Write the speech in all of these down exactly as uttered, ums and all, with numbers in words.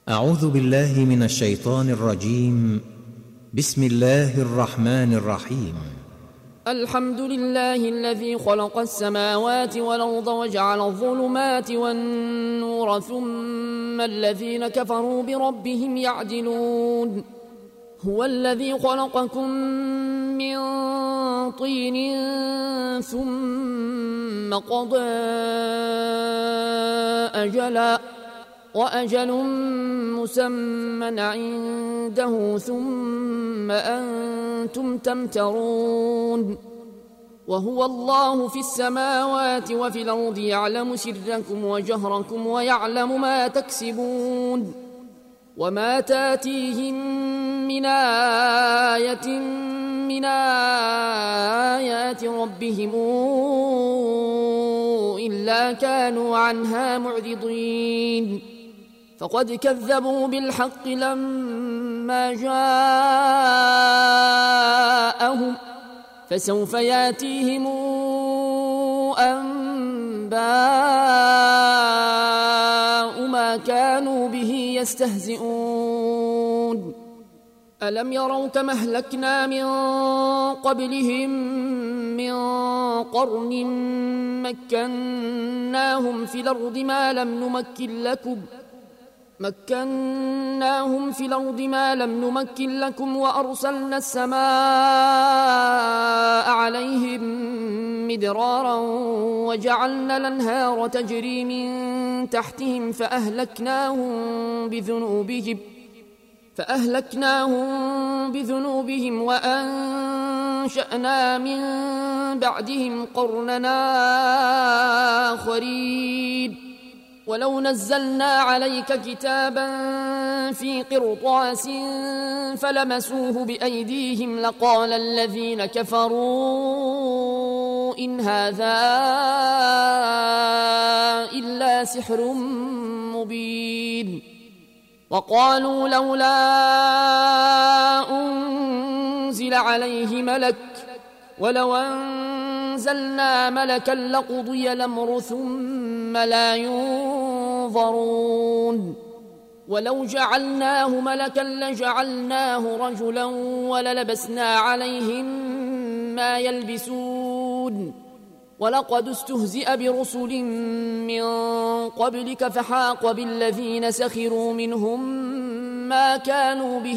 أعوذ بالله من الشيطان الرجيم. بسم الله الرحمن الرحيم. الحمد لله الذي خلق السماوات والأرض وجعل الظلمات والنور ثم الذين كفروا بربهم يعدلون. هو الذي خلقكم من طين ثم قضى أجلا وأجل مسمى عنده ثم أنتم تمترون. وهو الله في السماوات وفي الأرض يعلم سركم وجهركم ويعلم ما تكسبون. وما تاتيهم من آية من آيات ربهم إلا كانوا عنها معرضين. فقد كذبوا بالحق لما جاءهم فسوف ياتيهم أنباء ما كانوا به يستهزئون. ألم يروا كما أهلكنا من قبلهم من قرن مكناهم في الأرض ما لم نمكن لكم مكناهم في الأرض ما لم نمكن لكم وأرسلنا السماء عليهم مدرارا وجعلنا الأنهار تجري من تحتهم فأهلكناهم بذنوبهم فأهلكناهم بذنوبهم وأنشأنا من بعدهم قرننا آخرين. ولو نزلنا عليك كتابا في قرطاس فلمسوه بأيديهم لقال الذين كفروا إن هذا إلا سحر مبين. وقالوا لولا أنزل عليه ملك ولو أنزلنا ملكا لقضي الأمر ثم لا ينظرون. ولو جعلناه ملكا لجعلناه رجلا وللبسنا عليهم ما يلبسون. ولقد استهزئ برسل من قبلك فحاق بالذين سخروا منهم ما كانوا به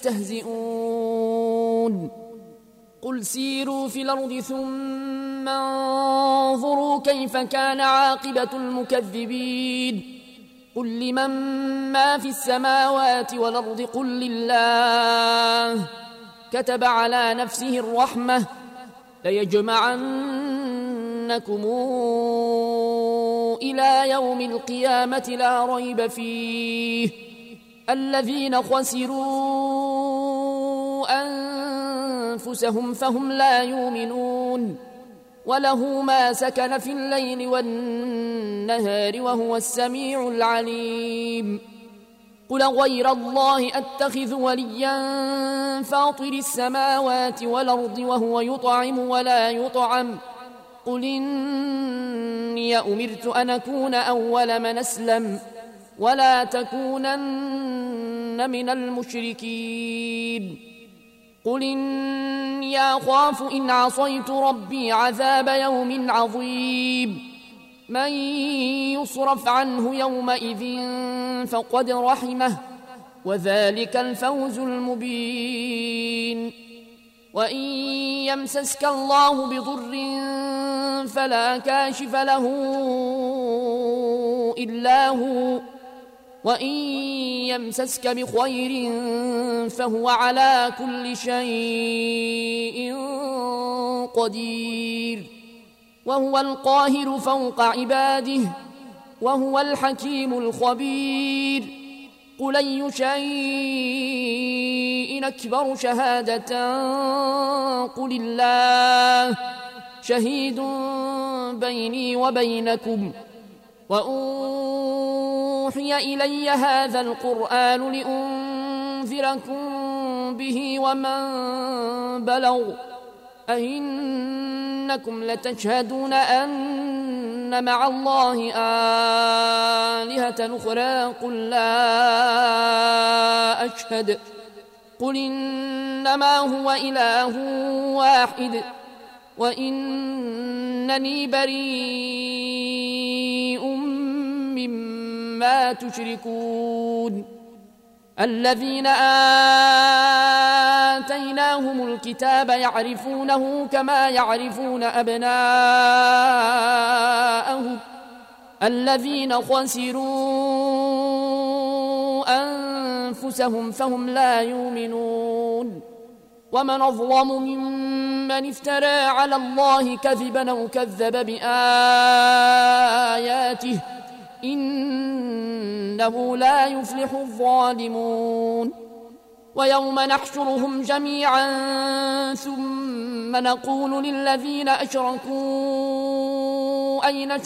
يستهزئون. قل سيروا في الأرض ثم انظروا كيف كان عاقبة المكذبين. قل لمن ما في السماوات والأرض قل لله كتب على نفسه الرحمة ليجمعنكم إلى يوم القيامة لا ريب فيه الذين خسروا أنفسهم فهم لا يؤمنون. وله ما سكن في الليل والنهار وهو السميع العليم. قل غير الله أتخذ وليا فاطر السماوات والأرض وهو يطعم ولا يطعم قل إني أمرت أن أكون أول من أسلم ولا تكونن من المشركين. قل إني أخاف إن عصيت ربي عذاب يوم عظيم. من يصرف عنه يومئذ فقد رحمه وذلك الفوز المبين. وإن يمسسك الله بضر فلا كاشف له إلا هو وإن يمسسك بخير فهو على كل شيء قدير. وهو القاهر فوق عباده وهو الحكيم الخبير. قل أي شيء أكبر شهادة قل الله شهيد بيني وبينكم وأوحي إلي هذا القرآن لأنذركم به ومن بلغ أئنكم لتشهدون أن مع الله آلهة أخرى قل لا أشهد قل إنما هو إله واحد وإنني بريء مما تشركون الذين آتيناهم الكتاب يعرفونه كما يعرفون أبناءهم الذين خسروا أنفسهم فهم لا يؤمنون ومن أظلم ممن افترى على الله كذبا أو كذب بآياته إنه لا يفلح الظالمون ويوم نحشرهم جميعا ثم نقول للذين أشركوا أين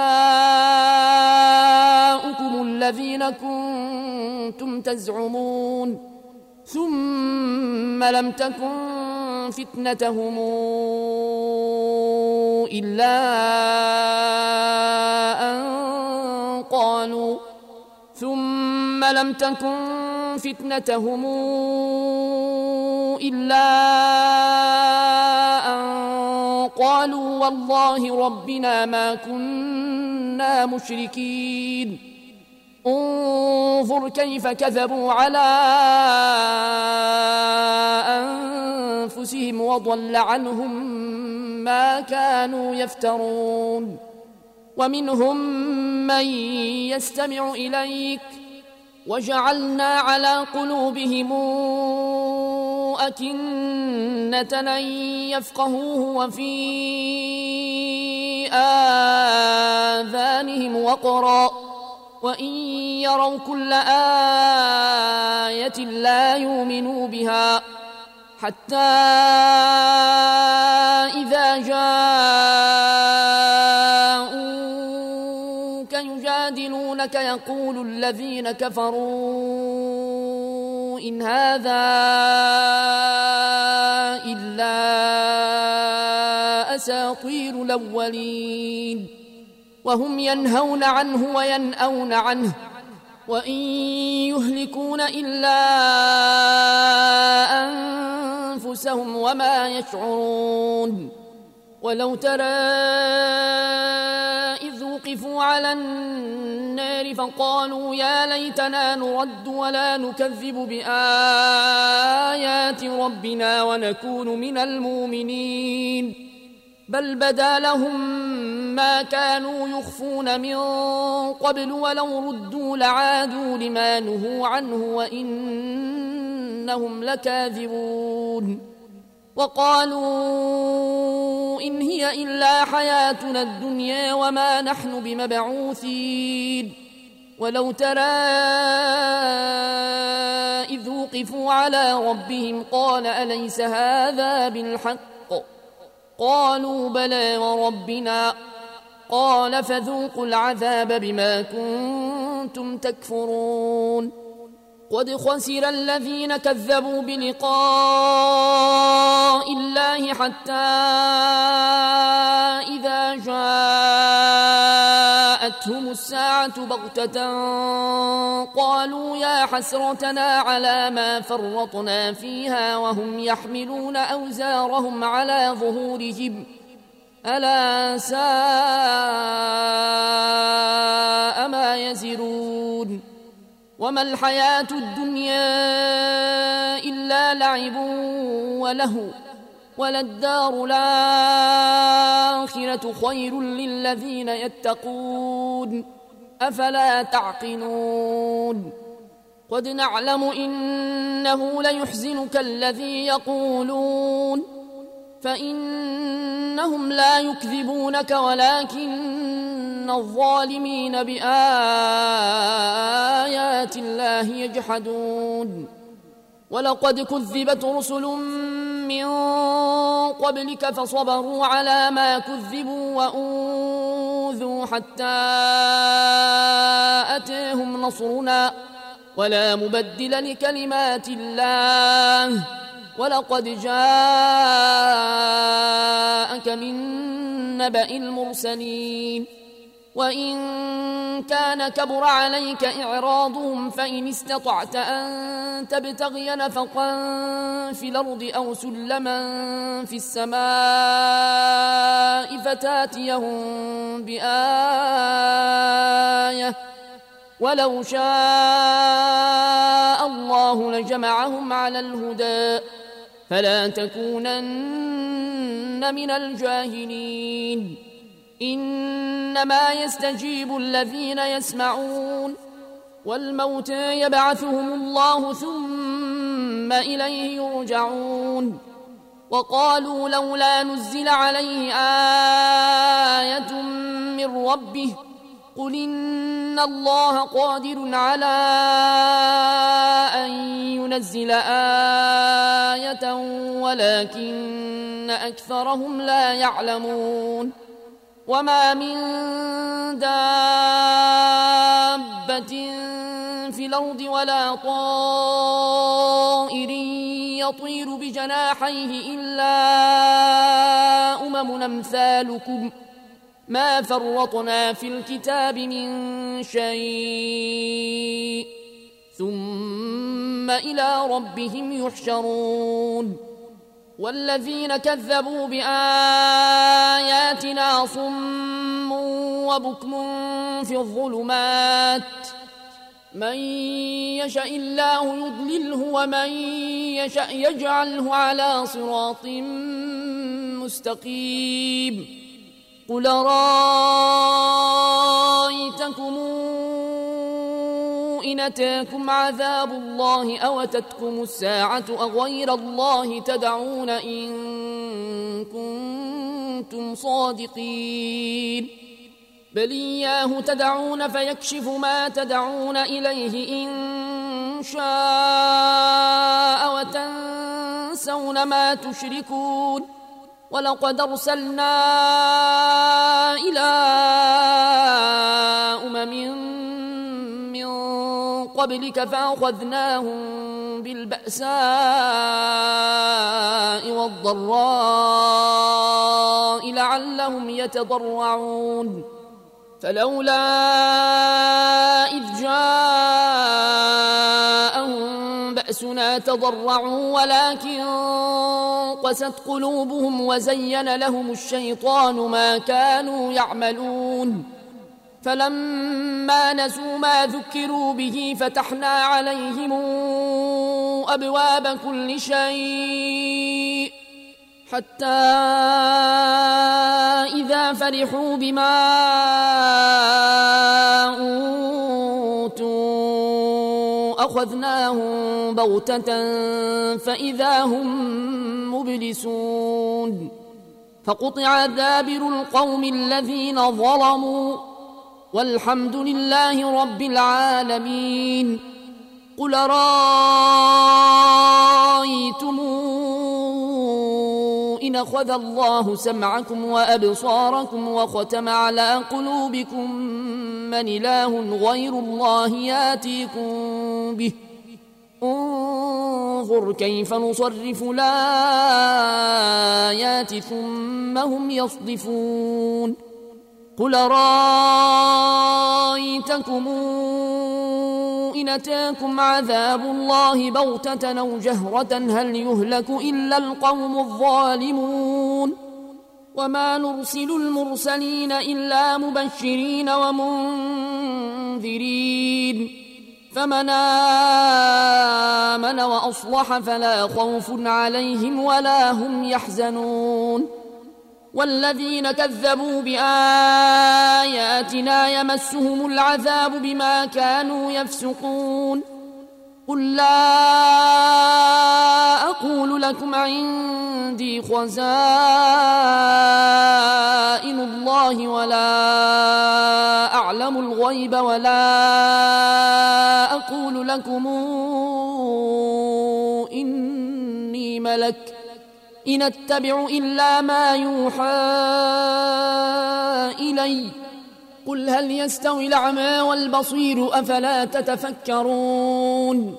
شركاؤكم الذين كنتم تزعمون ثم لم تكن فتنتهم إلا أن قالوا ثم لم تكن فتنتهم إلا أن قالوا والله ربنا ما كنا مشركين انظر كيف كذبوا على أنفسهم وضل عنهم ما كانوا يفترون ومنهم من يستمع إليك وجعلنا على قلوبهم أكنة أن يفقهوه وفي آذانهم وقرا وإن يروا كل آية لا يؤمنوا بها حتى إذا جاءوك يجادلونك يقول الذين كفروا إن هذا إلا أساطير الأولين وهم ينهون عنه وينأون عنه وإن يهلكون إلا أنفسهم وما يشعرون ولو ترى إذ وقفوا على النار فقالوا يا ليتنا نرد ولا نكذب بآيات ربنا ونكون من المؤمنين بل بدا لهم ما كانوا يخفون من قبل ولو ردوا لعادوا لما نهوا عنه وإنهم لكاذبون وقالوا إن هي إلا حياتنا الدنيا وما نحن بمبعوثين ولو ترى إذ وقفوا على ربهم قال أليس هذا بالحق قالوا بلى وربنا قال فذوقوا العذاب بما كنتم تكفرون قد خسر الذين كذبوا بلقاء الله حتى إذا جاءتهم الساعة بغتة قالوا يا حسرتنا على ما فرطنا فيها وهم يحملون أوزارهم على ظهورهم ألا ساء ما يزرون وما الحياة الدنيا إلا لعب وله وللدار الآخرة خير للذين يتقون أفلا تعقلون قد نعلم إنه ليحزنك الذي يقولون فإنهم لا يكذبونك ولكن الظالمين بآيات الله يجحدون ولقد كذبت رسل من قبلك فصبروا على ما كذبوا وأوذوا حتى أتاهم نصرنا ولا مبدل لكلمات الله ولقد جاءك من نبأ المرسلين وإن كان كبر عليك إعراضهم فإن استطعت أن تبتغي نفقا في الأرض أو سلما في السماء فتاتيهم بآية ولو شاء الله لجمعهم على الهدى فلا تكونن من الجاهلين إنما يستجيب الذين يسمعون والموتى يبعثهم الله ثم إليه يرجعون وقالوا لولا نزل عليه آية من ربه قل إن الله قادر على أن ينزل آية ولكن أكثرهم لا يعلمون وما من دابة في الأرض ولا طائر يطير بجناحيه إلا أمم أمثالكم ما فرطنا في الكتاب من شيء ثم إلى ربهم يحشرون والذين كذبوا بآياتنا صم وبكم في الظلمات من يشاء الله يضلله ومن يشاء يجعله على صراط مستقيم قل رأيتكم إن أتاكم عذاب الله أو أتتكم الساعة أغير الله تدعون إن كنتم صادقين بل إياه تدعون فيكشف ما تدعون إليه إن شاء وتنسون ما تشركون ولقد أرسلنا إلى أمم من قبلك فأخذناهم بالبأساء والضراء لعلهم يتضرعون فلولا إذ جاءهم بأسنا تضرعوا ولكن قست قلوبهم وزين لهم الشيطان ما كانوا يعملون فلما نسوا ما ذكروا به فتحنا عليهم أبواب كل شيء حتى إذا فرحوا بما أوتوا أخذناهم بغتة فإذا هم مبلسون فقطع دابر القوم الذين ظلموا والحمد لله رب العالمين قل رأيتم إن أخذ الله سمعكم وأبصاركم وختم على قلوبكم من إله غير الله ياتيكم به انظر كيف نصرف الآيات ثم هم يصدفون قل رأيتكم إن أتاكم عذاب الله بغتة أو جهرة هل يهلك إلا القوم الظالمون وما نرسل المرسلين إلا مبشرين ومنذرين فمن آمن وأصلح فلا خوف عليهم ولا هم يحزنون والذين كذبوا بآياتنا يمسهم العذاب بما كانوا يفسقون قل لا أقول لكم عندي خزائن الله ولا أعلم الغيب ولا أقول لكم إني ملك إن أتبع إلا ما يوحى إلي قل هل يستوي الأعمى والبصير أفلا تتفكرون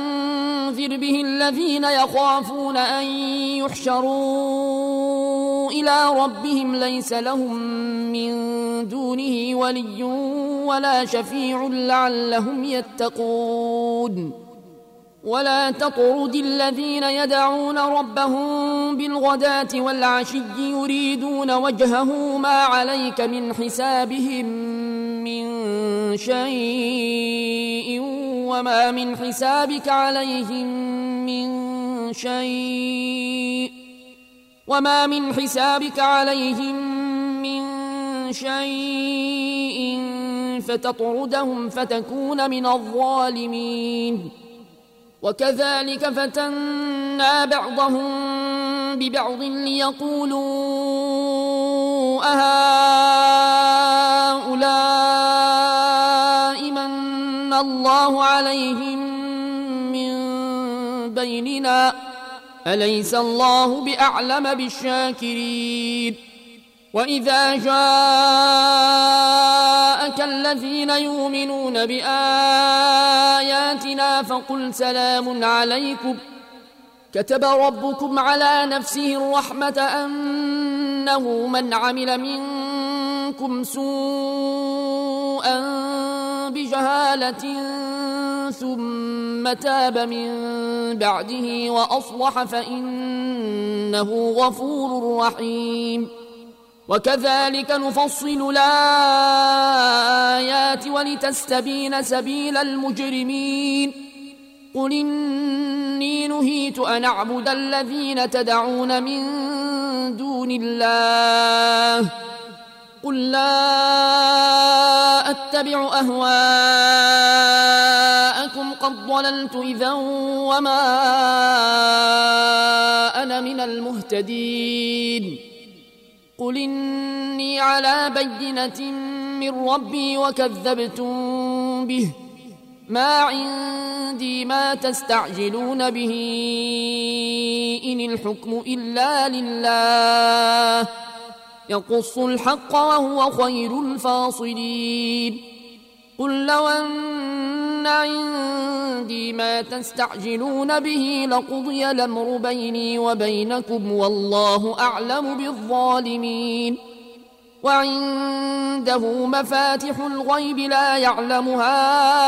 وأنذر به الذين يخافون أن يحشروا إلى ربهم ليس لهم من دونه ولي ولا شفيع لعلهم يتقون ولا تطرد الذين يدعون ربهم بالغداة والعشي يريدون وجهه ما عليك من حسابهم من شيء وما من حسابك عليهم من شيء وما من حسابك عليهم من شيء فتطردهم فتكون من الظالمين وكذلك فتنا بعضهم ببعض ليقولوا أهؤلاء من الله عليهم من بيننا أليس الله بأعلم بالشاكرين وإذا جاءك الذين يؤمنون بآياتنا فقل سلام عليكم كتب ربكم على نفسه الرحمة أنه من عمل منكم سوءا بجهالة ثم تاب من بعده وأصلح فإنه غفور رحيم وكذلك نفصل الآيات ولتستبين سبيل المجرمين قل إني نهيت أن أعبد الذين تدعون من دون الله قل لا أتبع أهواءكم قد ضللت إذا وما أنا من المهتدين قل إني على بينة من ربي وكذبتم به ما عندي ما تستعجلون به إن الحكم إلا لله يقص الحق وهو خير الفاصلين قل لو أن عندي ما تستعجلون به لقضي الأمر بيني وبينكم والله أعلم بالظالمين وعنده مفاتح الغيب لا يعلمها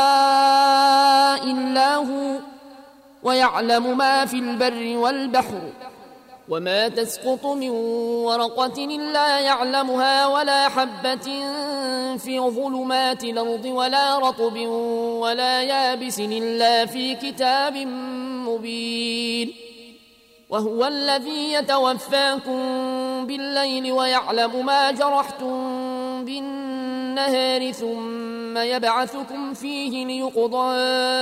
إلا هو ويعلم ما في البر والبحر وما تسقط من ورقة إلا يعلمها ولا حبة في ظلمات الأرض ولا رطب ولا يابس إلا في كتاب مبين وهو الذي يتوفاكم بالليل ويعلم ما جرحتم بالنهار ثم يبعثكم فيه ليقضى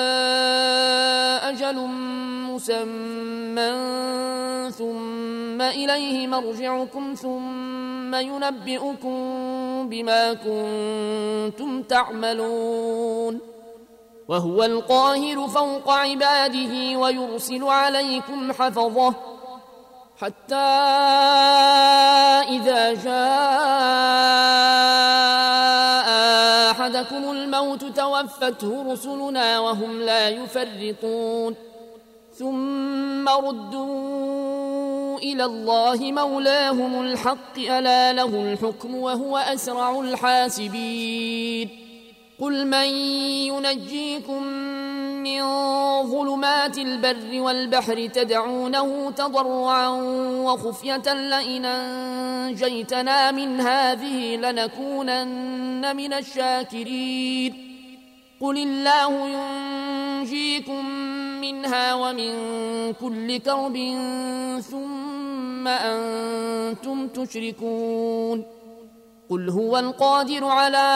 أجل مسمى ثم إليه مرجعكم ثم ينبئكم بما كنتم تعملون وهو القاهر فوق عباده ويرسل عليكم حفظه حتى إذا جاء أحدكم الموت توفته رسلنا وهم لا يفرطون ثم ردوا إلى الله مولاهم الحق ألا له الحكم وهو أسرع الحاسبين قل من ينجيكم من ظلمات البر والبحر تدعونه تضرعا وخفية لئن أنجيتنا من هذه لنكونن من الشاكرين قل الله ينجيكم منها ومن كل كرب ثم أنتم تشركون قل هو القادر على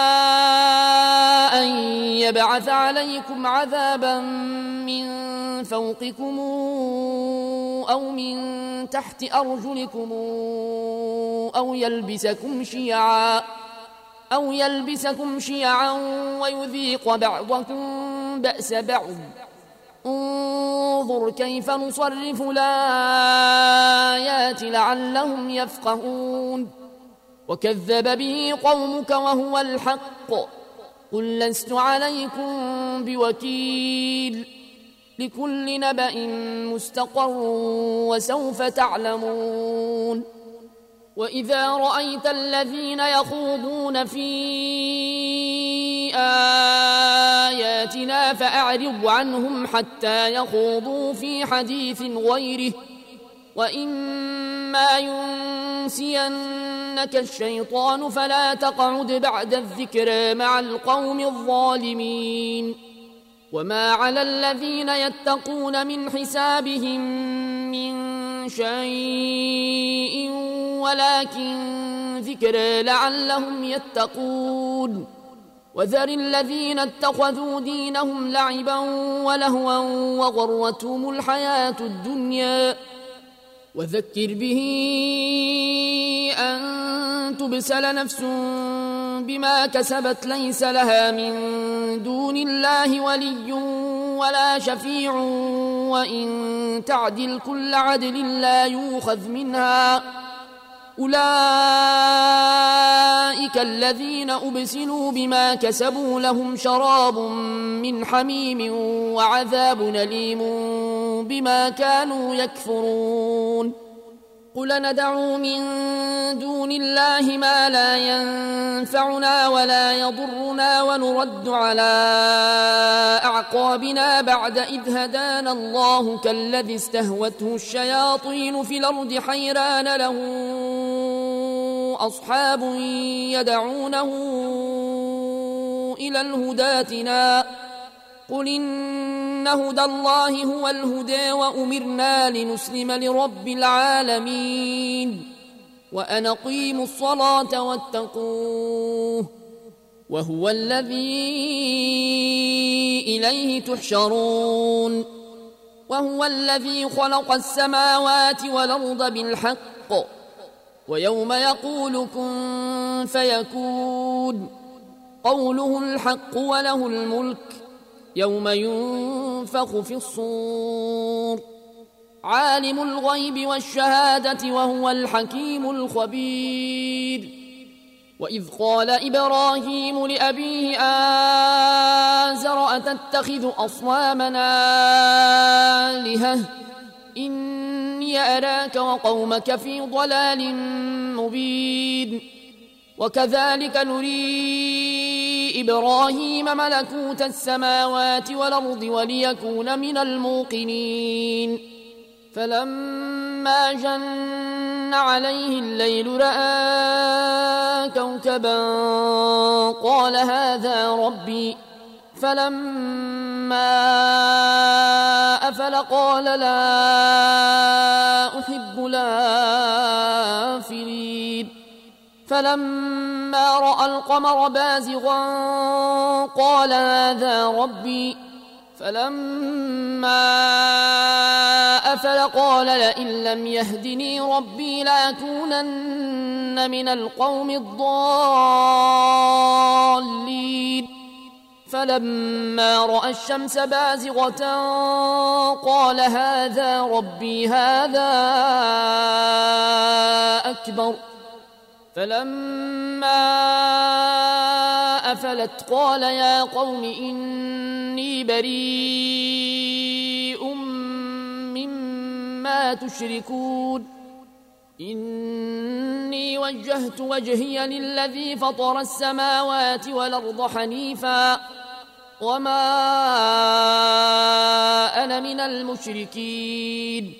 أن يبعث عليكم عذابا من فوقكم أو من تحت أرجلكم أو يلبسكم شيعا أو يلبسكم شيعا ويذيق بعضكم بأس بعض انظر كيف نصرف الآيات لعلهم يفقهون وكذب به قومك وهو الحق قل لست عليكم بوكيل لكل نبأ مستقر وسوف تعلمون وإذا رأيت الذين يخوضون في آياتنا فأعرض عنهم حتى يخوضوا في حديث غيره، وإما ينسينك الشيطان فلا تقعد بعد الذكرى مع القوم الظالمين. وما على الذين يتقون من حسابهم من شيء ولكن ذكرى لعلهم يتقون. وذر الذين اتخذوا دينهم لعبا ولهوا وغرتهم الحياة الدنيا، وذكر به أن تبسل نفس بما كسبت ليس لها من دون الله ولي ولا شفيع، وإن تعدل كل عدل لا يؤخذ منها. أولئك الذين أبسلوا بما كسبوا لهم شراب من حميم وعذاب أليم بما كانوا يكفرون. قل ندعو من دون الله ما لا ينفعنا ولا يضرنا ونرد على أعقابنا بعد إذ هدانا الله كالذي استهوته الشياطين في الأرض حيران له أصحاب يدعونه إلى الهدى ائتنا. قل إن هدى الله هو الهدى وأمرنا لنسلم لرب العالمين وأن أقيموا الصلاة واتقوه وهو الذي إليه تحشرون. وهو الذي خلق السماوات والأرض بالحق ويوم يقول كن فيكون قوله الحق وله الملك يوم ينفخ في الصور. عالم الغيب والشهادة وهو الحكيم الخبير. وإذ قال إبراهيم لأبيه آزر أتتخذ أصنامنا آلهة إني أراك وقومك في ضلال مبين. وكذلك نري إبراهيم ملكوت السماوات والأرض وليكون من الموقنين. فلما جن عليه الليل رأى كوكبا قال هذا ربي، فلما أفل قال لا أحب الآفلين. فلما رأى القمر بازغا قال هذا ربي، فلما أفل قال لئن لم يهدني ربي لأكونن من القوم الضالين. فلما رأى الشمس بازغة قال هذا ربي هذا أكبر. فلما أفلت قال يا قوم إني بريء مما تشركون. إني وجهت وجهي للذي فطر السماوات والأرض حنيفا وما أنا من المشركين.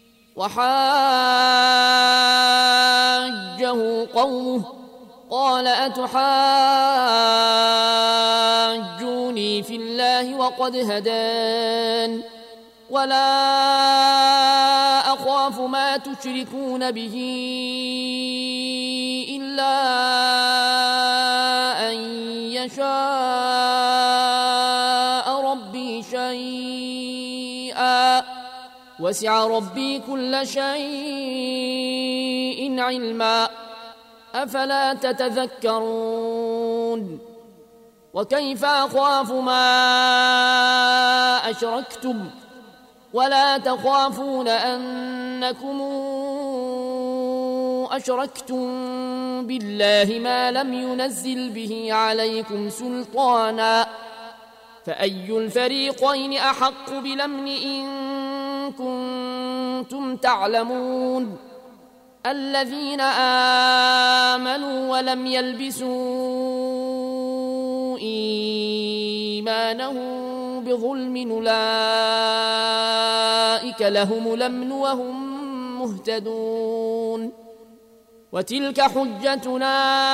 وحاجه قومه قال أتحاجوني في الله وقد هدان ولا أخاف ما تشركون به إلا أن يشاء ربي شيئا وسع ربي كل شيء علما أفلا تتذكرون. وكيف أخاف ما أشركتم ولا تخافون أنكم أشركتم بالله ما لم ينزل به عليكم سلطانا فأي الفريقين أحق بالأمن إن كنتم تعلمون. الذين آمنوا ولم يلبسوا إيمانهم بظلم أولئك لهم الأمن وهم مهتدون وتلك حجتنا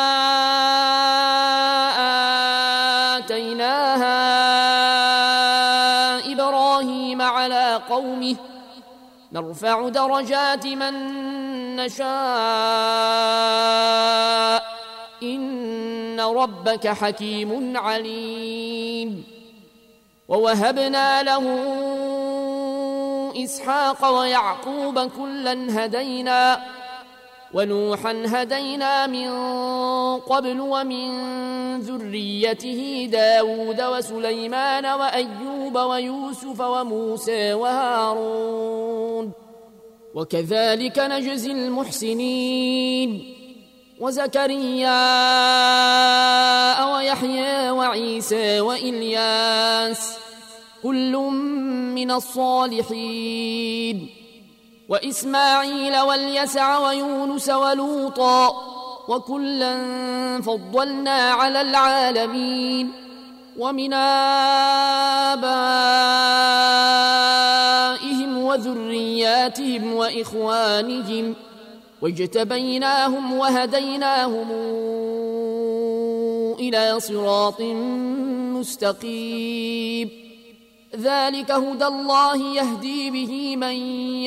آتيناها إبراهيم على قومه نرفع درجات من نشاء إن ربك حكيم عليم ووهبنا له إسحاق ويعقوب كلا هدينا ونوحا هدينا من قبل ومن ذريته داود وسليمان وأيوب ويوسف وموسى وهارون وكذلك نجزي المحسنين وزكريا ويحيى وعيسى وإلياس كل من الصالحين وإسماعيل واليسع ويونس ولوطا وكلا فضلنا على العالمين ومن آبائهم وذرياتهم وإخوانهم واجتبيناهم وهديناهم إلى صراط مستقيم ذلك هدى الله يهدي به من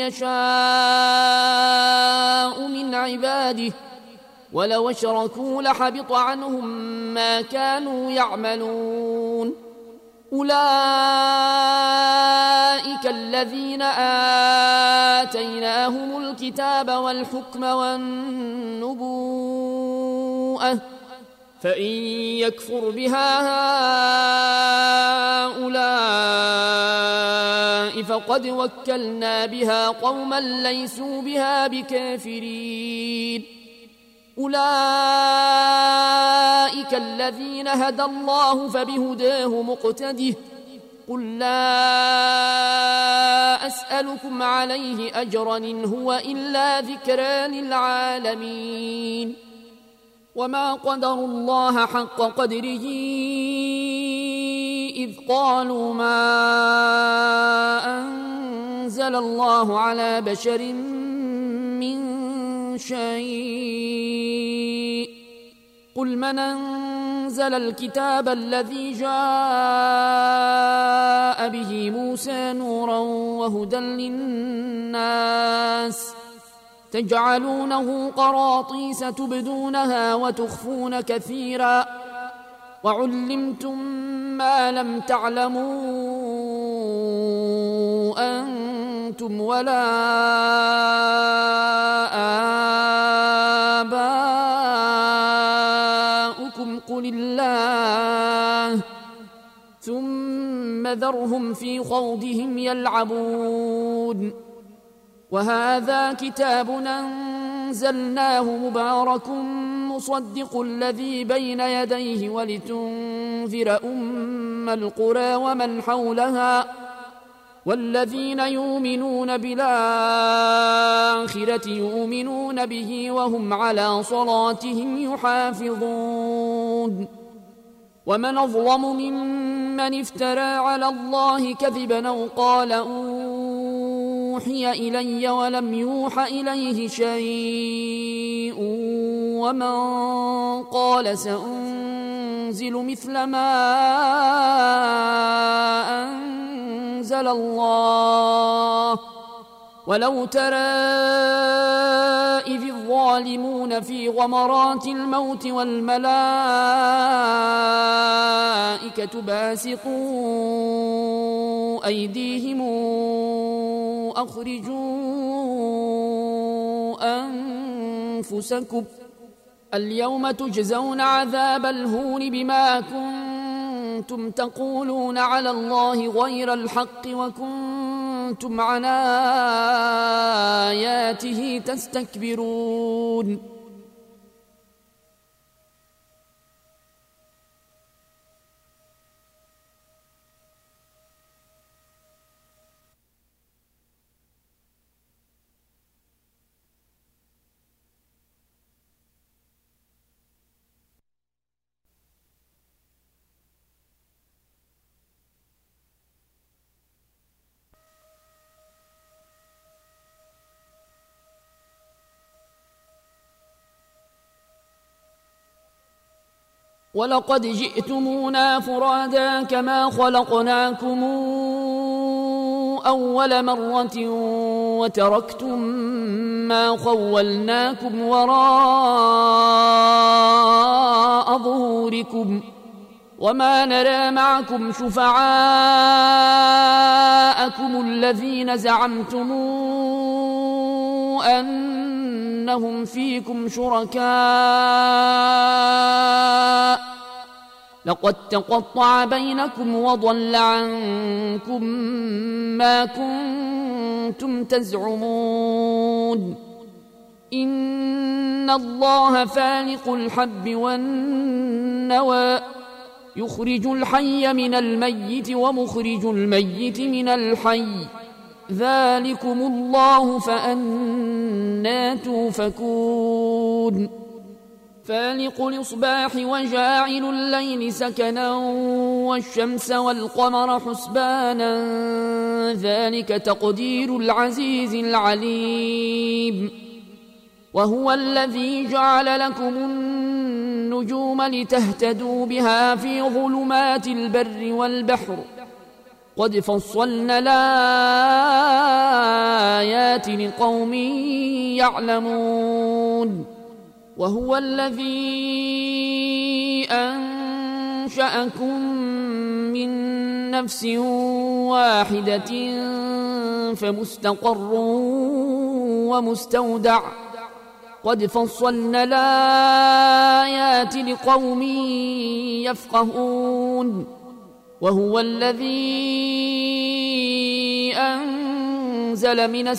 يشاء من عباده ولو اشركوا لحبط عنهم ما كانوا يعملون أولئك الذين آتيناهم الكتاب والحكم والنبوءة فإن يكفر بها هؤلاء فقد وكلنا بها قوما ليسوا بها بكافرين أولئك الذين هدى الله فبهداه مقتده قل لا أسألكم عليه أجرا إن هو إلا ذكرى للعالمين وما قدروا الله حق قدره إذ قالوا ما أنزل الله على بشر من شيء قل من أنزل الكتاب الذي جاء به موسى نورا وهدى للناس تجعلونه قراطيس تبدونها وتخفون كثيرا وعلمتم ما لم تعلموا أنتم ولا آباؤكم قل الله ثم ذرهم في خوضهم يلعبون وهذا كتاب أنزلناه مبارك مصدق الذي بين يديه ولتنذر أم القرى ومن حولها والذين يؤمنون بالآخرة يؤمنون به وهم على صلاتهم يحافظون ومن أظلم ممن افترى على الله كذبا أو قال أوحي إلي ولم يوح إليه شيء ومن قال سأنزل مثل ما أنزل الله ولو ترى إذ الظالمون في غمرات الموت والملائكة باسطوا أيديهم أخرجوا أنفسكم اليوم تجزون عذاب الهون بما كنتم تقولون على الله غير الحق وكنتم عن آياته تستكبرون ولقد جئتمونا فرادا كما خلقناكم أول مرة وتركتم ما خولناكم وراء ظهوركم وما نرى معكم شفعاءكم الذين زعمتم أنهم فيكم شركاء لقد تقطع بينكم وضل عنكم ما كنتم تزعمون إن الله فالق الحب والنوى يخرج الحي من الميت ومخرج الميت من الحي ذلكم الله فأنى توفكون فالق الإصباح وجاعل الليل سكنا والشمس والقمر حسبانا ذلك تقدير العزيز العليم وهو الذي جعل لكم النجوم لتهتدوا بها في ظلمات البر والبحر قد فصلنا الآيات لقوم يعلمون وهو الذي أنشأكم من نفس واحدة فمستقر ومستودع قد فصلنا الآيات لقوم يفقهون وهو الذي أنزل من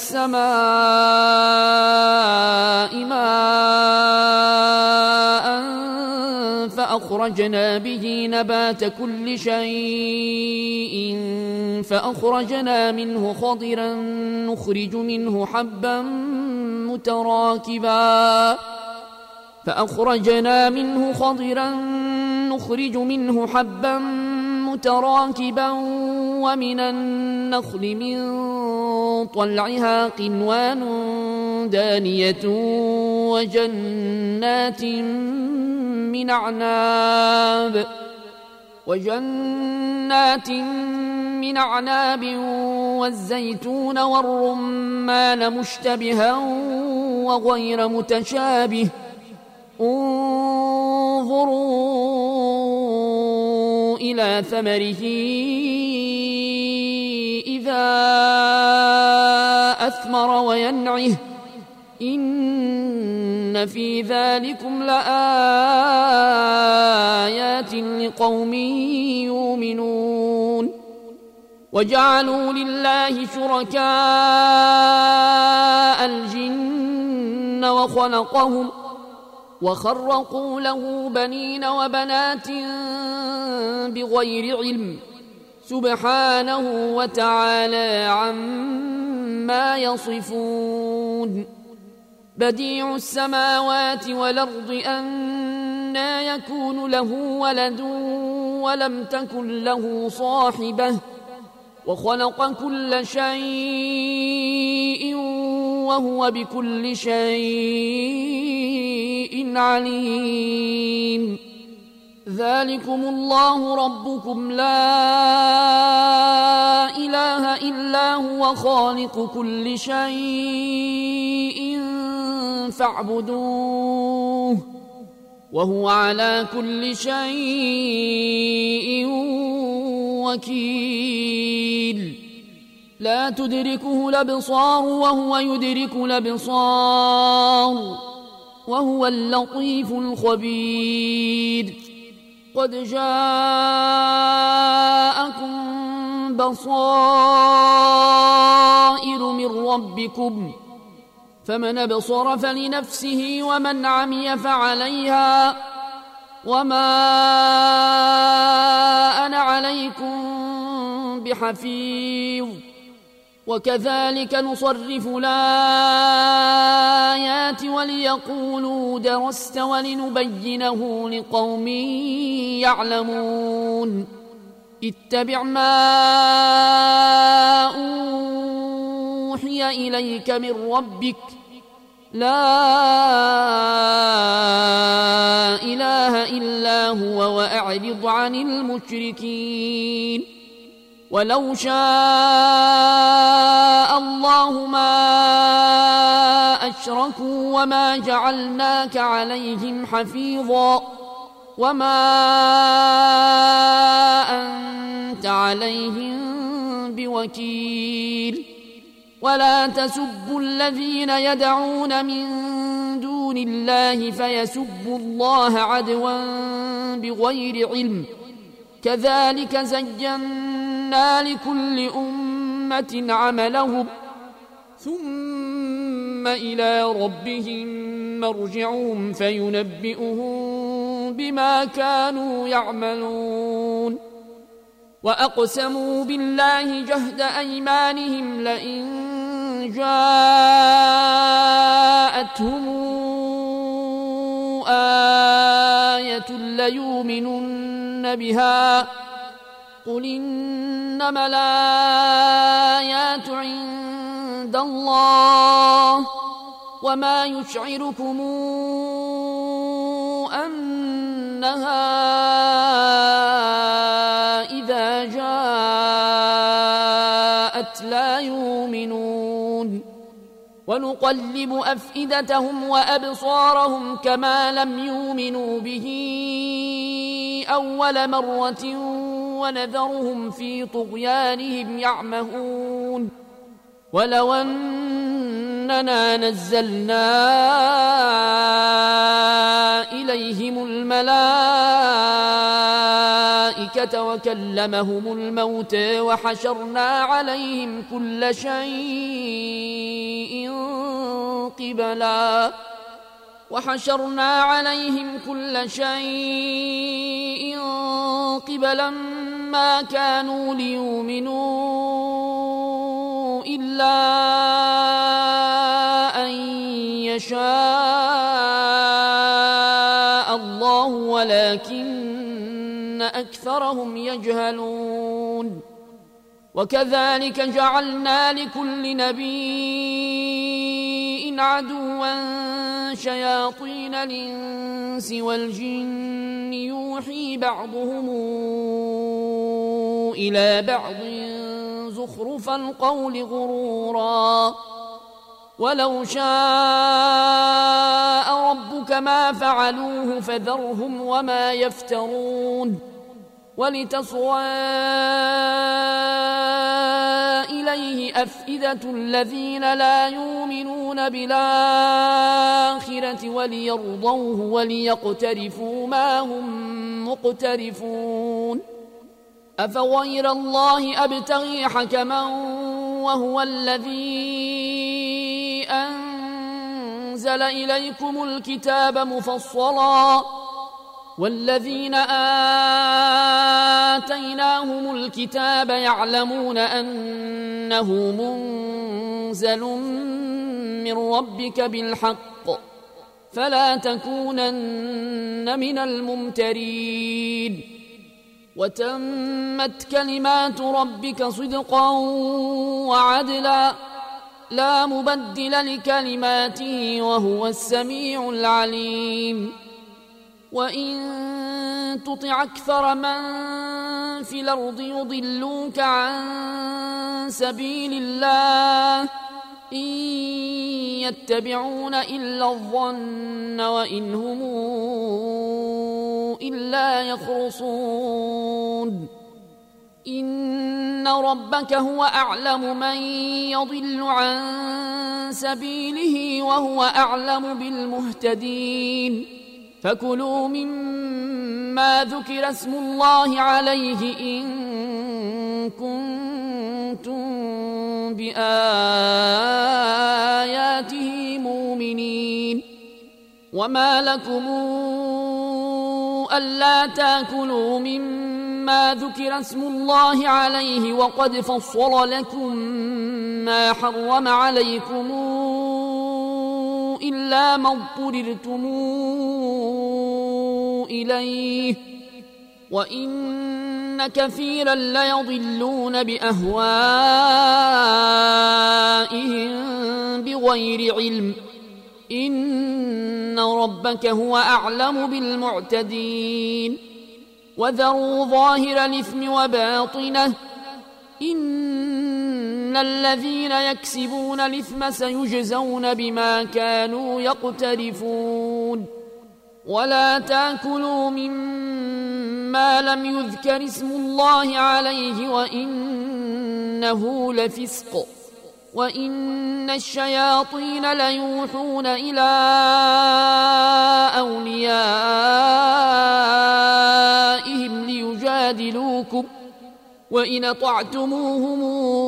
السماء ماء فأخرجنا به نبات كل شيء فأخرجنا منه خضرا نخرج منه حبا متراكبا فأخرجنا منه خضرا نخرج منه حبا متراكبا ومن النخل من طلعها قنوان دانية وجنات من أعناب وجنات من أعناب والزيتون والرمان مشتبها وغير متشابه انظروا إلى ثمره إذا أثمر وينعه إن في ذلكم لآيات لقوم يؤمنون وجعلوا لله شركاء الجن وخلقهم وخرقوا له بنين وبنات بغير علم سبحانه وتعالى عما يصفون بديع السماوات والأرض أنى يكون له ولد ولم تكن له صاحبة وخلق كل شيء وهو بكل شيء عليم ذلكم الله ربكم لا إله إلا هو خالق كل شيء فاعبدوه وهو على كل شيء وكيل لا تدركه الأبصار وهو يدرك الأبصار وهو اللطيف الخبير قد جاءكم بصائر من ربكم فمن أبصر فلنفسه ومن عمي فعليها وما أنا عليكم بحفيظ وكذلك نصرف الآيات وليقولوا درست ولنبينه لقوم يعلمون اتبع ما أوحي إليك من ربك لا إله إلا هو وأعرض عن المشركين ولو شاء الله ما أشركوا وما جعلناك عليهم حفيظا وما أنت عليهم بوكيل ولا تسبوا الذين يدعون من دون الله فيسبوا الله عدوا بغير علم كذلك زينا لكل أمة عملهم ثم إلى ربهم مرجعهم فينبئهم بما كانوا يعملون وأقسموا بالله جهد أيمانهم لئن جاءتهم آية ليؤمنن بها قل إنما الآيات عند الله وما يشعركم أنها إذا جاءت لا يؤمنون ونقلب أفئدتهم وأبصارهم كما لم يؤمنوا به أول مرة ونذرهم في طغيانهم يعمهون ولو أننا نزلنا إليهم الملائكة وكلمهم الموت وحشرنا عليهم كل شيء قبلا وحشرنا عليهم كل شيء قبلا ما كانوا ليؤمنوا إلا أن يشاء الله ولكن أكثرهم يجهلون وكذلك جعلنا لكل نبي عدوا شياطين الإنس والجن يوحي بعضهم إلى بعض زخرف القول غرورا ولو شاء ربك ما فعلوه فذرهم وما يفترون ولتصغى إليه أفئدة الذين لا يؤمنون بالآخرة وليرضوه وليقترفوا ما هم مقترفون أفغير الله أبتغي حكما وهو الذي أنزل إليكم الكتاب مفصلا والذين آتيناهم الكتاب يعلمون أنه منزل من ربك بالحق فلا تكونن من الممترين وتمت كلمات ربك صدقا وعدلا لا مبدل لكلماته وهو السميع العليم وإن تطع أكثر من في الأرض يضلوك عن سبيل الله إن يتبعون إلا الظن وإن هم إلا يخرصون إن ربك هو أعلم من يضل عن سبيله وهو أعلم بالمهتدين فكلوا مما ذكر اسم الله عليه إن كنتم بآياته مؤمنين وما لكم ألا تأكلوا مما ذكر اسم الله عليه وقد فصل لكم ما حرم عليكم إلا ما اضطررتم إليه وإن كثيرا ليضلون بأهوائهم بغير علم إن ربك هو أعلم بالمعتدين وذروا ظاهر الإثم وباطنه إن الذين يكسبون الإثم سيجزون بما كانوا يقترفون ولا تأكلوا مما لم يذكر اسم الله عليه وإنه لفسق وإن الشياطين ليوحون إلى أوليائهم ليجادلوكم وإن أطعتموهم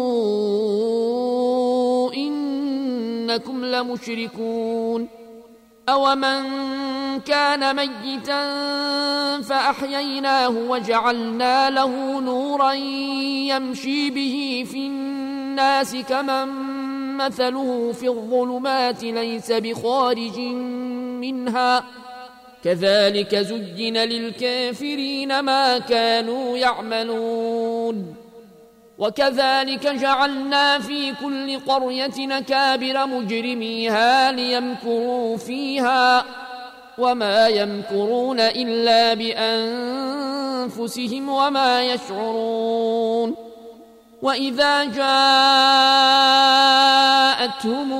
إنكم لمشركون أومن كان ميتا فأحييناه وجعلنا له نورا يمشي به في الناس كمن مثله في الظلمات ليس بخارج منها كذلك زين للكافرين ما كانوا يعملون وكذلك جعلنا في كل قرية أكابر مجرميها ليمكروا فيها وما يمكرون إلا بأنفسهم وما يشعرون وإذا جاءتهم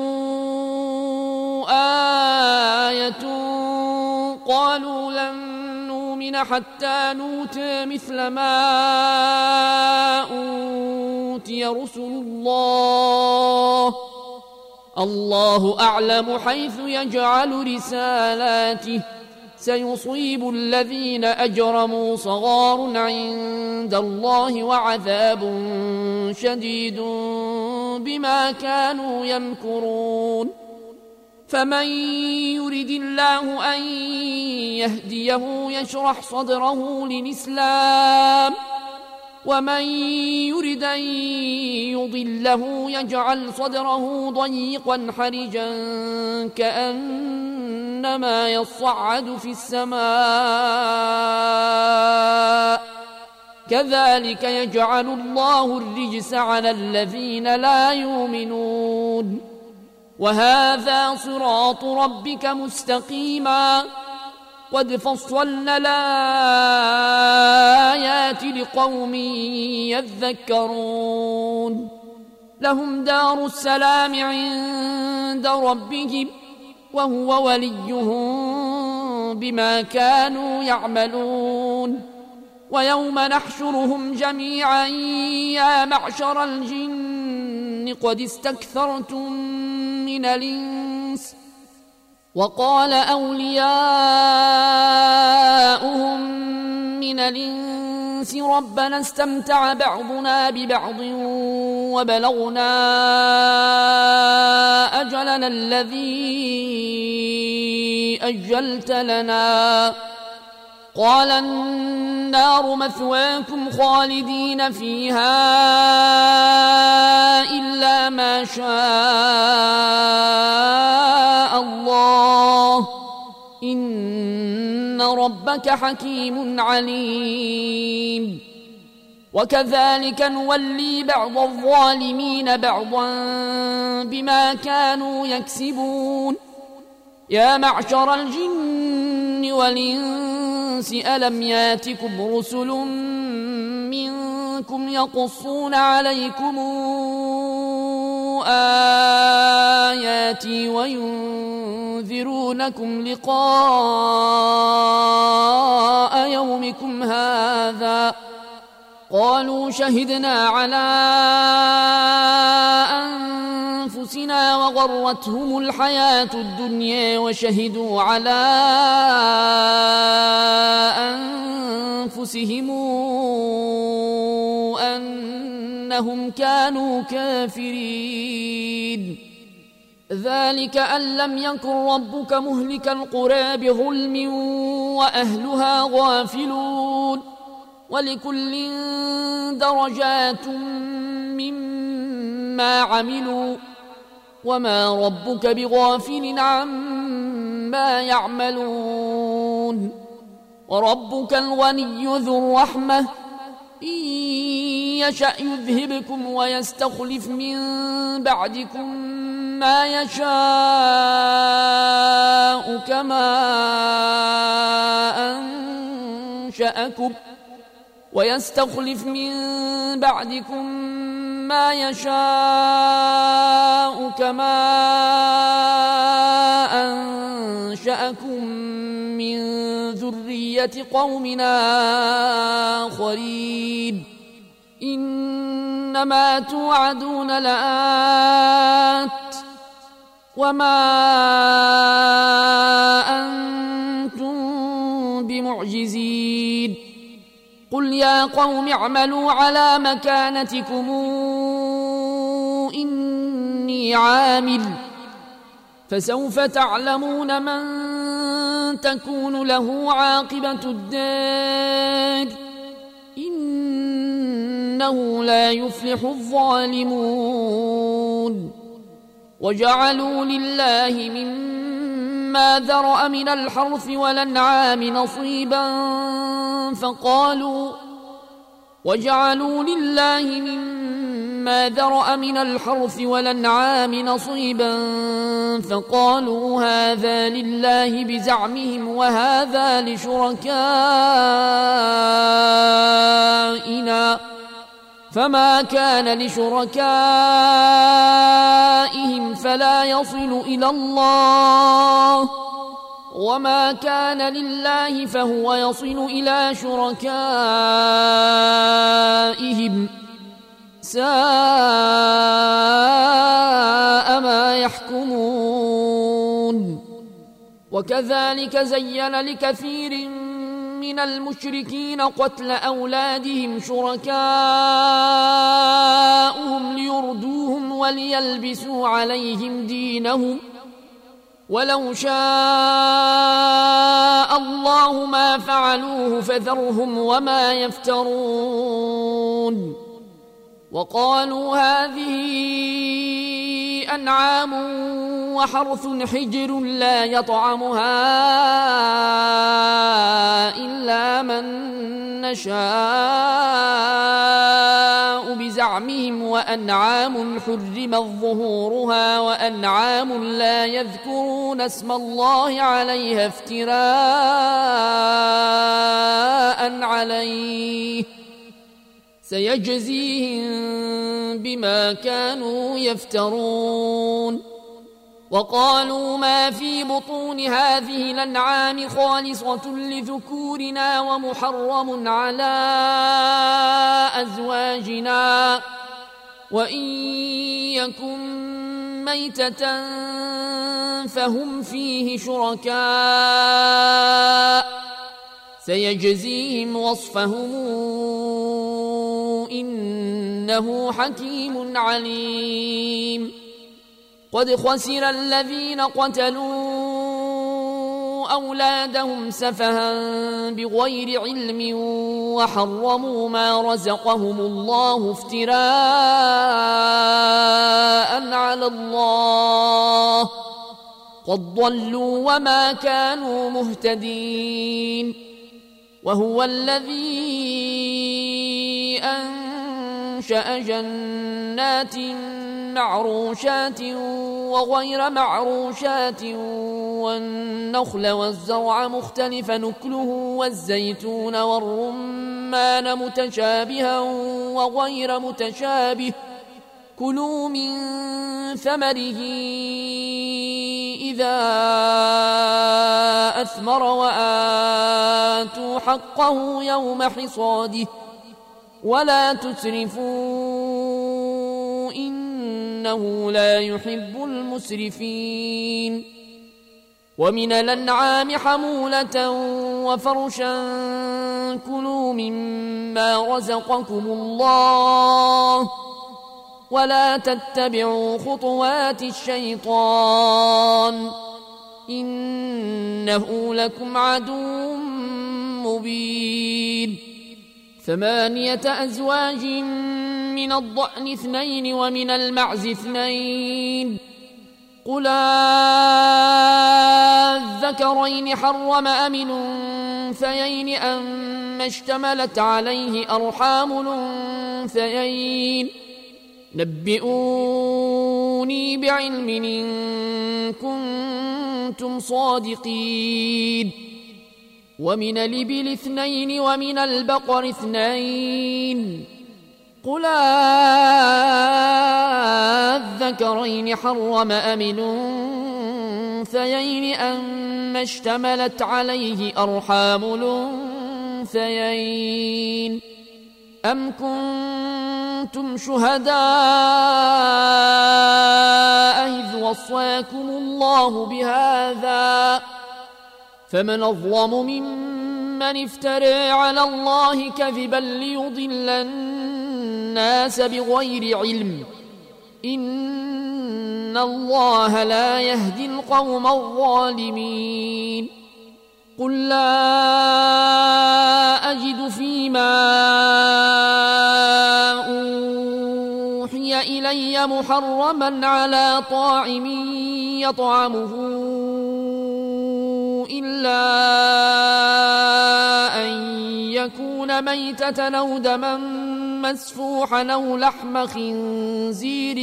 آية قالوا لن نؤمن حتى نؤتى مثل ما أوتي رسل الله الله أعلم حيث يجعل رسالاته سيصيب الذين أجرموا صغار عند الله وعذاب شديد بما كانوا يمكرون فمن يرد الله أن يهديه يشرح صدره للإسلام ومن يرد أن يضله يجعل صدره ضيقا حرجا كأنما يصعد في السماء كذلك يجعل الله الرجس على الذين لا يؤمنون وهذا صراط ربك مستقيما قد فصلنا الآيات لقوم يذكرون لهم دار السلام عند ربهم وهو وليهم بما كانوا يعملون ويوم نحشرهم جميعا يا معشر الجن قد استكثرتم من الإنس وقال أولياؤهم من الإنس ربنا استمتع بعضنا ببعض وبلغنا أجلنا الذي أجلت لنا قال النار مثواكم خالدين فيها إلا ما شاء الله إن ربك حكيم عليم وكذلك نولي بعض الظالمين بعضا بما كانوا يكسبون يا معشر الجن والإنس ألم ياتكم رسل منكم يقصون عليكم آياتي وينذرونكم لقاء يومكم هذا قالوا شهدنا على أنفسنا وغرتهم الحياة الدنيا وشهدوا على أنفسهم أنهم كانوا كافرين ذلك أن لم يكن ربك مهلك القرى بظلم وأهلها غافلون ولكل درجات مما عملوا وما ربك بغافل عما يعملون وربك الغني ذو الرحمة إن يشأ يذهبكم ويستخلف من بعدكم ما يشاء كما أنشأكم ويستخلف من بعدكم ما يشاء كما أنشأكم من ذرية قومنا آخرين إنما توعدون لآت وما أنتم بمعجزين قل يا قوم اعملوا على مكانتكم إني عامل فسوف تعلمون من تكون له عاقبة الدار إنه لا يفلح الظالمون وجعلوا لله مما ذرأ من الحرث والأنعام نصيبا فقالوا وجعلوا لله مما ذرأ من الحرث والأنعام نصيبا فقالوا هذا لله بزعمهم وهذا لشركائنا فما كان لشركائهم فلا يصل إلى الله وما كان لله فهو يصل إلى شركائهم ساء ما يحكمون وكذلك زين لكثير من المشركين قتل أولادهم شركاؤهم ليردوهم وليلبسوا عليهم دينهم ولو شاء الله ما فعلوه فذرهم وما يفترون وقالوا هذه أنعام وحرث حجر لا يطعمها إلا من نشاء بزعمهم وأنعام حرمت ظهورها وأنعام لا يذكرون اسم الله عليها افتراء عليه سيجزيهم بما كانوا يفترون وقالوا ما في بطون هذه الأنعام خالصة لذكورنا ومحرم على أزواجنا وإن يكن ميتة فهم فيه شركاء سيجزيهم وصفهم إنه حكيم عليم قد خسر الذين قتلوا أولادهم سفها بغير علم وحرموا ما رزقهم الله افتراء على الله قد ضلوا وما كانوا مهتدين وهو الذي أنشأ جنات معروشات وغير معروشات والنخل والزرع مختلف نكله والزيتون والرمان متشابها وغير متشابه كلوا من ثمره إذا أثمر وآتوا حقه يوم حصاده ولا تسرفوا إنه لا يحب المسرفين ومن الأنعام حمولة وفرشا كلوا مما رزقكم الله ولا تتبعوا خطوات الشيطان إنه لكم عدو مبين ثمانية أزواج من الضأن اثنين ومن المعز اثنين قل الذكرين حرم أم الأنثيين أما اشتملت عليه أرحام الأنثيين نبئوني ائتوني بعلم إن كنتم صادقين. ومن الإبل اثنين ومن البقر اثنين قل أذكرين حرم أم الأنثيين أما اشتملت عليه أرحام الأنثيين أم كنتم شهداء إذ وصاكم الله بهذا فمن أظلم ممن افترى على الله كذبا ليضل الناس بغير علم إن الله لا يهدي القوم الظالمين. قل لا أجد فيما أوحي إلي محرما على طاعم يطعمه إلا أن يكون ميتة أو دما مسفوحا أو لحم خنزير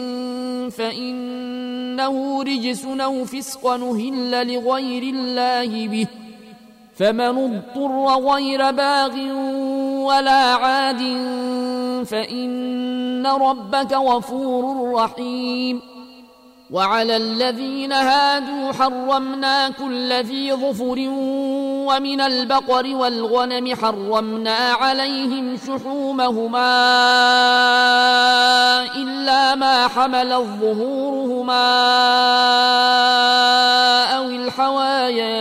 فإنه رجس أو فسق أهل لغير الله به فمن اضطر غير باغ ولا عاد فإن ربك غفور رحيم. وعلى الذين هادوا حرمنا كل ذي ظفر ومن البقر والغنم حرمنا عليهم شحومهما إلا ما حملت ظهورهما أو الحوايا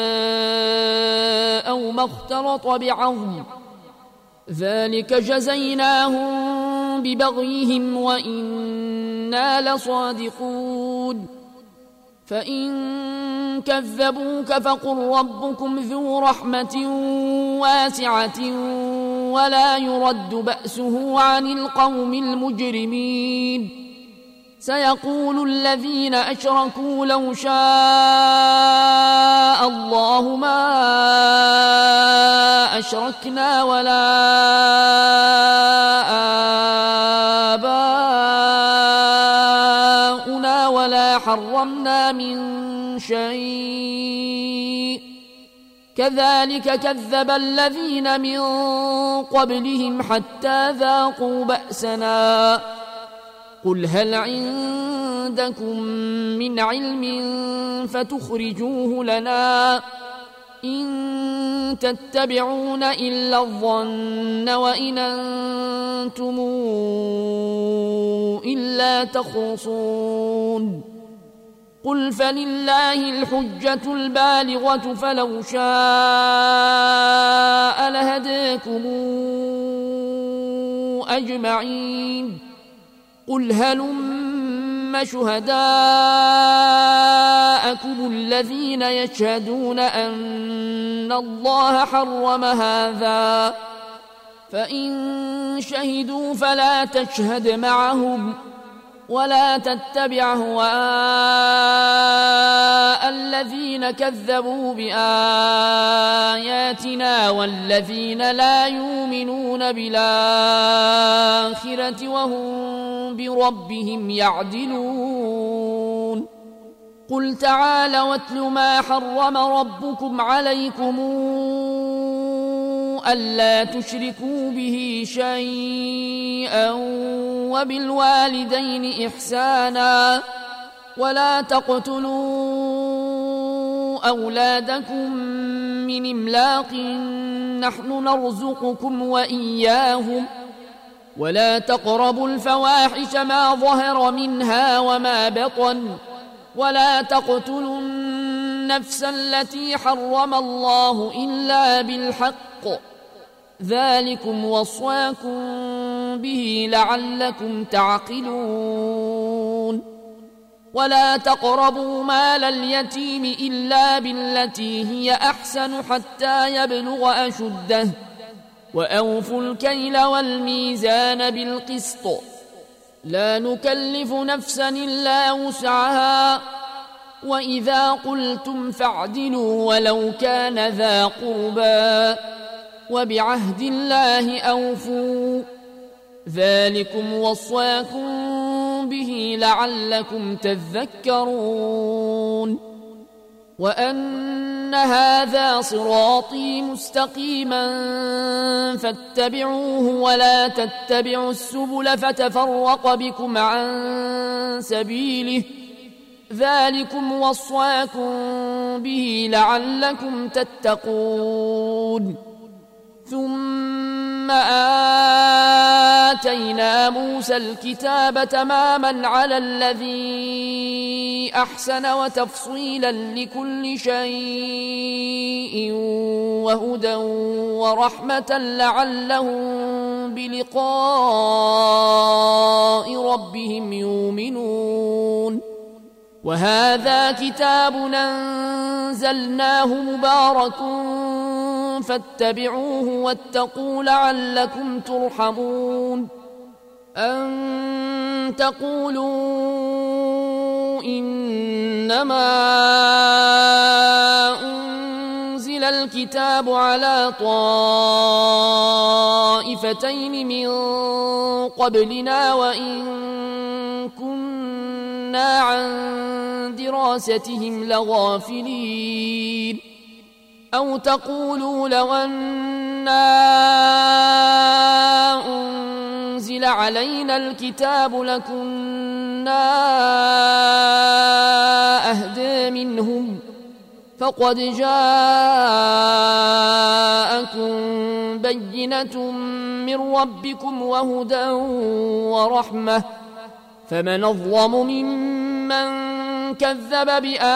أو ما اختلط بعظم ذلك جزيناهم ببغيهم وإنا لصادقون. فإن كذبوك فقل ربكم ذو رحمة واسعة ولا يرد بأسه عن القوم المجرمين. سيقول الذين أشركوا لو شاء الله ما أشركنا ولا آباؤنا ولا حرمنا من شيء كذلك كذب الذين من قبلهم حتى ذاقوا بأسنا. قل هل عندكم من علم فتخرجوه لنا إن تتبعون إلا الظن وإن أنتم إلا تخرصون. قل فلله الحجة البالغة فلو شاء لهداكم أجمعين. قل هلم شهداءكم الذين يشهدون أن الله حرم هذا فإن شهدوا فلا تشهد معهم ولا تتبع أهواء الذين كذبوا بآياتنا والذين لا يؤمنون بالآخرة وهم بربهم يعدلون. قل تعالوا واتل ما حرم ربكم عليكم ألا تشركوا به شيئا وبالوالدين إحسانا ولا تقتلوا أولادكم من إملاق نحن نرزقكم وإياهم ولا تقربوا الفواحش ما ظهر منها وما بطن ولا تقتلوا النفس التي حرم الله إلا بالحق ذلكم وصاكم به لعلكم تعقلون. ولا تقربوا مال اليتيم إلا بالتي هي أحسن حتى يبلغ أشده وأوفوا الكيل والميزان بالقسط لا نكلف نفسا إلا وسعها وإذا قلتم فاعدلوا ولو كان ذا قربى وبعهد الله أوفوا ذلكم وصاكم به لعلكم تذكرون وأن هذا صراطي مستقيما فاتبعوه ولا تتبعوا السبل فتفرق بكم عن سبيله ذلكم وصاكم به لعلكم تتقون ثم آتينا موسى الكتاب تماما على الذي أحسن وتفصيلا لكل شيء وهدى ورحمة لعلهم بلقاء ربهم يؤمنون وهذا كتاب أنزلناه مبارك فاتبعوه واتقوا لعلكم ترحمون أن تقولوا إنما أنزل الكتاب على طائفتين من قبلنا وإن كنا عن دراستهم لغافلين أو تقولوا لو أنا أنزل علينا الكتاب لكنا أهدى منهم فقد جاءكم بينة من ربكم وهدى ورحمة فمن أظلم ممن كذب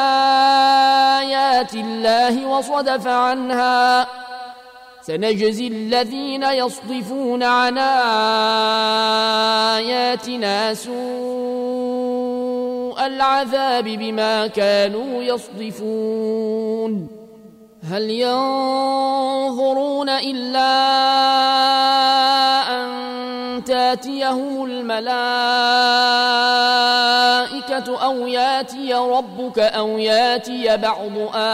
بآيات الله وصدف عنها سنجزي الذين يصدفون عن آياتنا سوء العذاب بما كانوا يصدفون هل ينظرون إلا أن تاتيهم الملائكة أو ياتي ربك أو ياتي بعض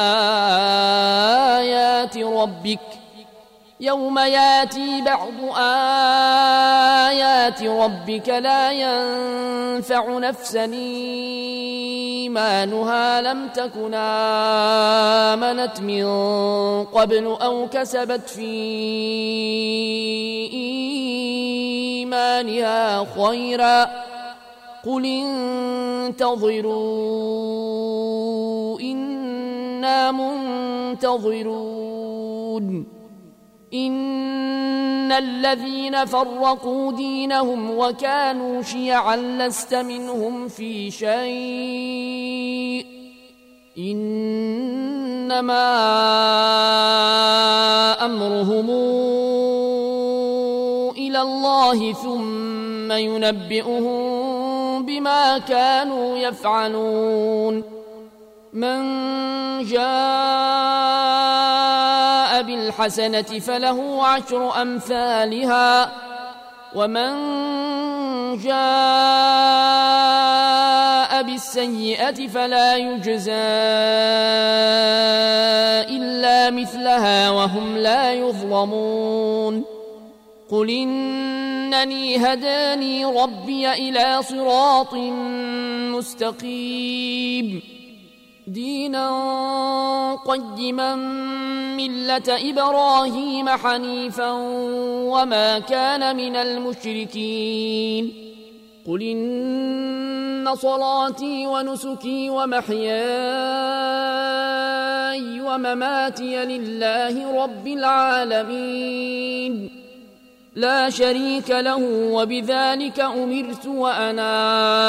آيات ربك يوم ياتي بعض آيات ربك لا ينفع نفسا إيمانها لم تكن آمنت من قبل أو كسبت في إيمانها خيرا قل انتظروا إنا منتظرون إن الذين فرقوا دينهم وكانوا شيعا لست منهم في شيء إنما أمرهم إلى الله ثم ينبئهم بما كانوا يفعلون من جاء بالحسنة فله عشر أمثالها ومن جاء بالسيئة فلا يجزى إلا مثلها وهم لا يظلمون قل إنني هداني ربي إلى صراط مستقيم دينا قيما ملة إبراهيم حنيفا وما كان من المشركين قل إن صلاتي ونسكي ومحياي ومماتي لله رب العالمين لا شريك له وبذلك أمرت وأنا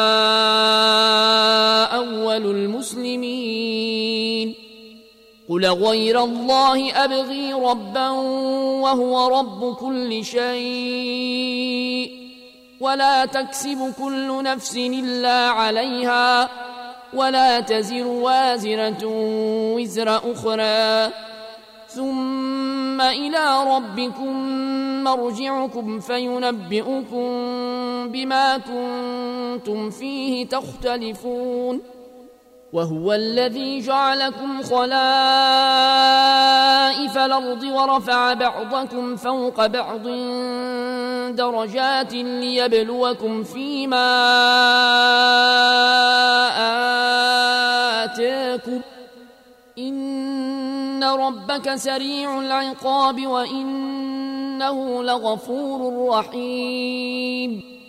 أول المسلمين قل غير الله أبغي ربا وهو رب كل شيء ولا تكسب كل نفس إلا عليها ولا تزر وازرة وزر أخرى ثم إلى ربكم مرجعكم فينبئكم بما كنتم فيه تختلفون وهو الذي جعلكم خلائف الأرض ورفع بعضكم فوق بعض درجات ليبلوكم فيما أتاكم إن ربك سريع العقاب وإنه لغفور رحيم